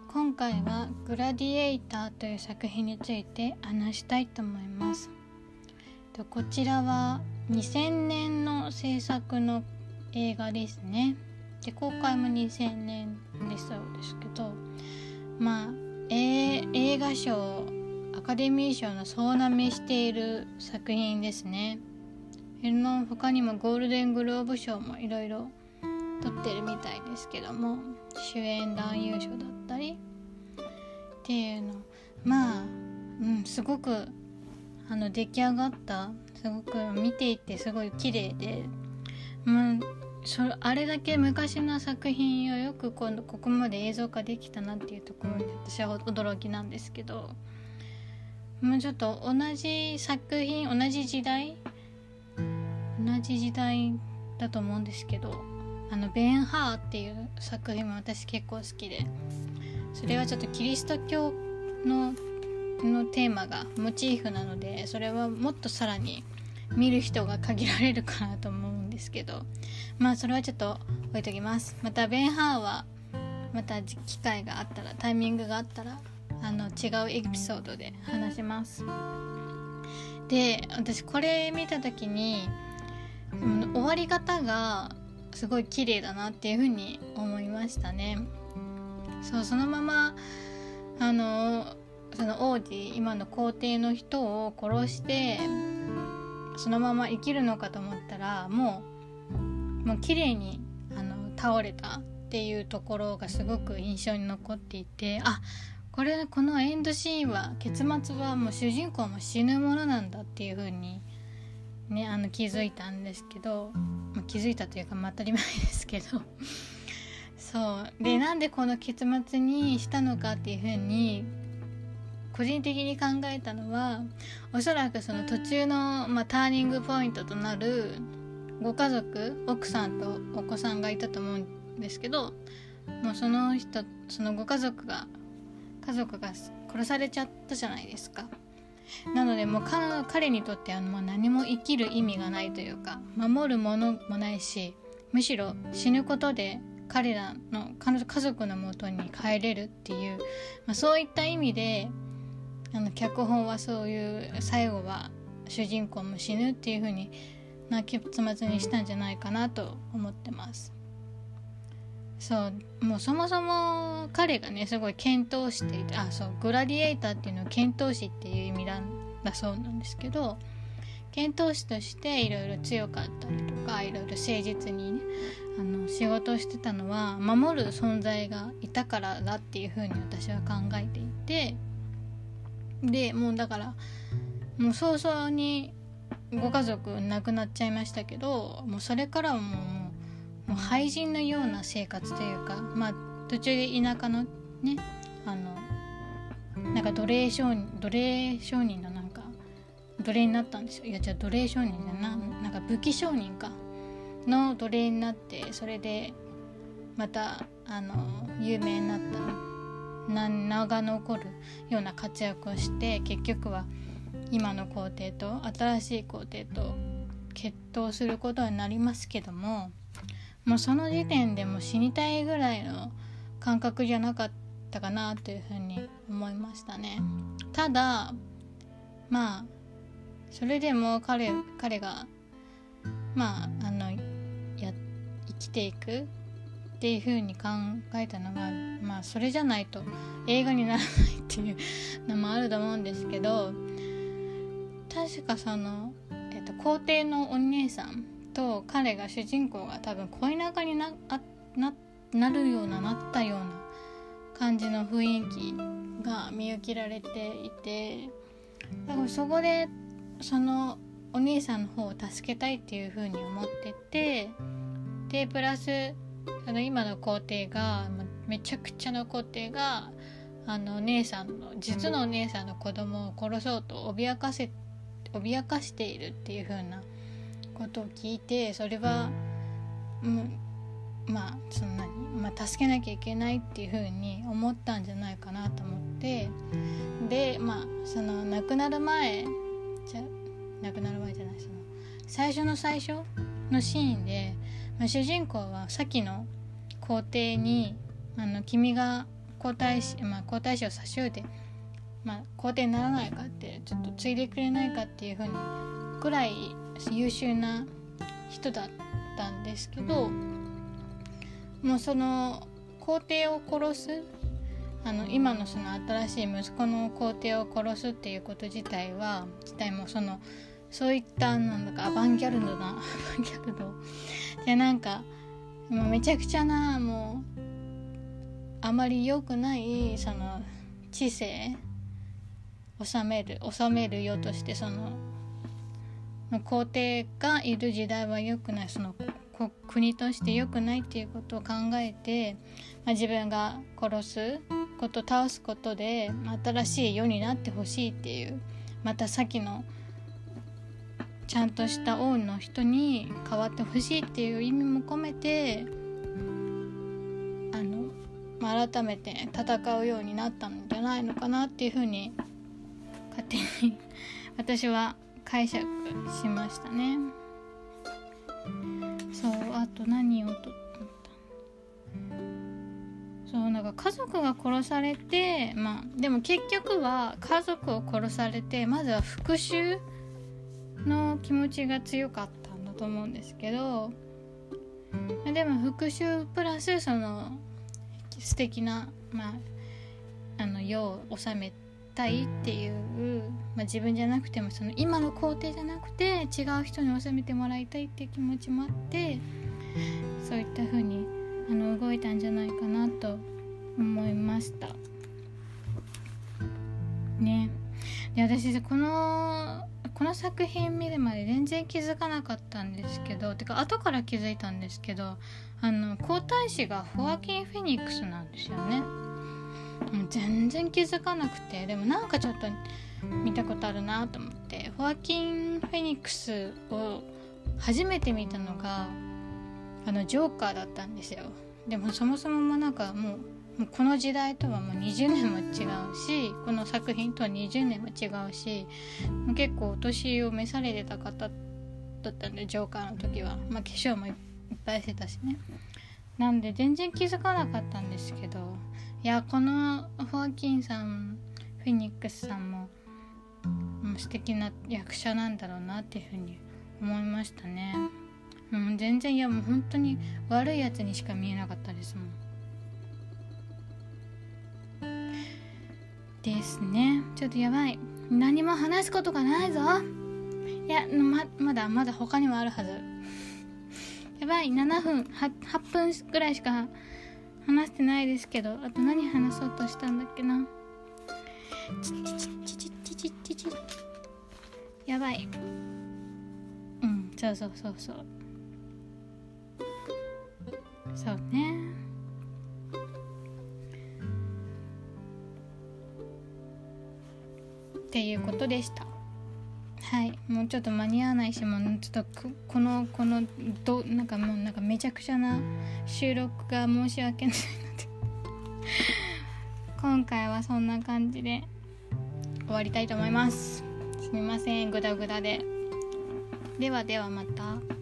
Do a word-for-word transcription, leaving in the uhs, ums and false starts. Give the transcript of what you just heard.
今回はグラディエイターという作品について話したいと思います。こちらはにせんねんの制作の映画ですね。で公開もにせんねんでそうですけど、まあ、えー、映画賞アカデミー賞の総なめしている作品ですね。の他にもゴールデングローブ賞もいろいろ取ってるみたいですけども、主演男優賞だったりっていうの、まあ、うん、すごくあの出来上がったすごく見ていてすごい綺麗で、まあ、そあれだけ昔の作品をよくこのここまで映像化できたなっていうところに私は驚きなんですけど、もうちょっと同じ作品同じ時代同じ時代だと思うんですけど、あのベンハーっていう作品も私結構好きで、それはちょっとキリスト教ののテーマがモチーフなので、それはもっとさらに見る人が限られるかなと思うんですけど、まあそれはちょっと置いときます。またベンハーはまた機会があったらタイミングがあったらあの違うエピソードで話します。で私これ見た時に、うん、終わり方がすごい綺麗だなっていう風に思いましたね。そうそのままあのその王子今の皇帝の人を殺してそのまま生きるのかと思ったら、もうもう綺麗にあの倒れたっていうところがすごく印象に残っていて、あこれこのエンドシーンは結末はもう主人公も死ぬものなんだっていう風にね、あの気づいたんですけど、まあ、気づいたというか、まあ、当たり前ですけどそうで、なんでこの結末にしたのかっていう風に個人的に考えたのは、おそらくその途中の、まあ、ターニングポイントとなるご家族、奥さんとお子さんがいたと思うんですけど、もうその人そのご家族が家族が殺されちゃったじゃないですか。なのでもう彼にとってはもう何も生きる意味がないというか、守るものもないし、むしろ死ぬことで彼らの家族の元に帰れるっていう、まあ、そういった意味であの脚本はそういう最後は主人公も死ぬっていう風にな結末にしたんじゃないかなと思ってます。そうもうそもそも彼がねすごい剣闘士っていて、あそうグラディエイターっていうのは剣闘士っていう意味なんだそうなんですけど、剣闘士としていろいろ強かったりとか、いろいろ誠実にねあの仕事をしてたのは守る存在がいたからだっていうふうに私は考えていて、でもうだからもう早々にご家族亡くなっちゃいましたけど、もうそれからはもうもう廃人のような生活というか、まあ途中で田舎のねあのなんか奴隷商人奴隷商人のなんか奴隷になったんですよ。いやじゃあ奴隷商人じゃななんか武器商人かの奴隷になって、それでまたあの有名になったな名が残るような活躍をして、結局は今の皇帝と新しい皇帝と決闘することになりますけども、もうその時点でも死にたいぐらいの感覚じゃなかったかなというふうに思いましたね。ただまあそれでも彼彼がまああのや生きていくっていうふうに考えたのは、まあそれじゃないと映画にならないっていうのもあると思うんですけど、確かその、えっと、皇帝のお姉さんと彼が主人公が多分恋仲に な, な, なるようななったような感じの雰囲気が見受けられていて、だからそこでそのお兄さんの方を助けたいっていう風に思ってて、でプラスその今の皇帝がめちゃくちゃな皇帝があのお姉さんの実のお姉さんの子供を殺そうと脅かせ脅かしているっていう風なことを聞いて、それは、うん、まあそんなに、まあ、助けなきゃいけないっていう風に思ったんじゃないかなと思って、でまあその亡くなる前じゃ亡くなる前じゃないその最初の最初のシーンで、まあ、主人公はさっきの皇帝にあの君が皇太子、まあ、皇太子を差し置いて、まあ、皇帝にならないかってちょっと継いでくれないかっていう風にぐらい優秀な人だったんですけど、もうその皇帝を殺す、あの今のその新しい息子の皇帝を殺すっていうこと自体は自体もそのそういったなんだかアバンギャルドなアバンギャルドで、なんかもうめちゃくちゃな、もうあまり良くないその知性治める治める世として、その皇帝がいる時代は良くない、その国として良くないっていうことを考えて、まあ、自分が殺すこと倒すことで新しい世になってほしいっていう、また先のちゃんとした王の人に変わってほしいっていう意味も込めて、あの、まあ、改めて戦うようになったんじゃないのかなっていうふうに勝手に私は解釈しましたね。そう、あと何をと思った、そうなんか家族が殺されて、まあでも結局は家族を殺されて、まずは復讐の気持ちが強かったんだと思うんですけど、でも復讐プラスその素敵な、まあ、あの世を治めたいっていう、まあ、自分じゃなくてもその今の皇帝じゃなくて違う人に治めてもらいたいっていう気持ちもあって、そういった風にあの動いたんじゃないかなと思いましたね。で、私このこの作品見るまで全然気づかなかったんですけど、てか後から気づいたんですけど、あの皇太子がホアキン・フェニックスなんですよね。全然気づかなくて、でもなんかちょっと見たことあるなと思って、ホアキン・フェニックスを初めて見たのがあのジョーカーだったんですよ。でもそもそももなんかもうもうこの時代とはもうにじゅうねんも違うし、この作品とはにじゅうねんも違うし、結構お年を召されてた方だったんで、ジョーカーの時は、まあ、化粧もいっぱいしてたしね。なんで全然気づかなかったんですけど、いやこのホアキンさん、フェニックスさんも、もう素敵な役者なんだろうなっていうふうに思いましたね。うん、全然、いやもう本当に悪いやつにしか見えなかったですもん。ですね。ちょっとやばい、何も話すことがないぞ。いや ま, まだまだ他にもあるはず。やばい、ななふん は, はっぷんぐらいしか話してないですけど、あと何話そうとしたんだっけな。チチチチチチチチチやばい。うん、そうそうそうそうそうね。っていうことでした。はい、もうちょっと間に合わないし、もうちょっとこのこのどなんかもうなんかめちゃくちゃな収録が申し訳ないので今回はそんな感じで終わりたいと思います。すみません、グダグダで。ではではまた。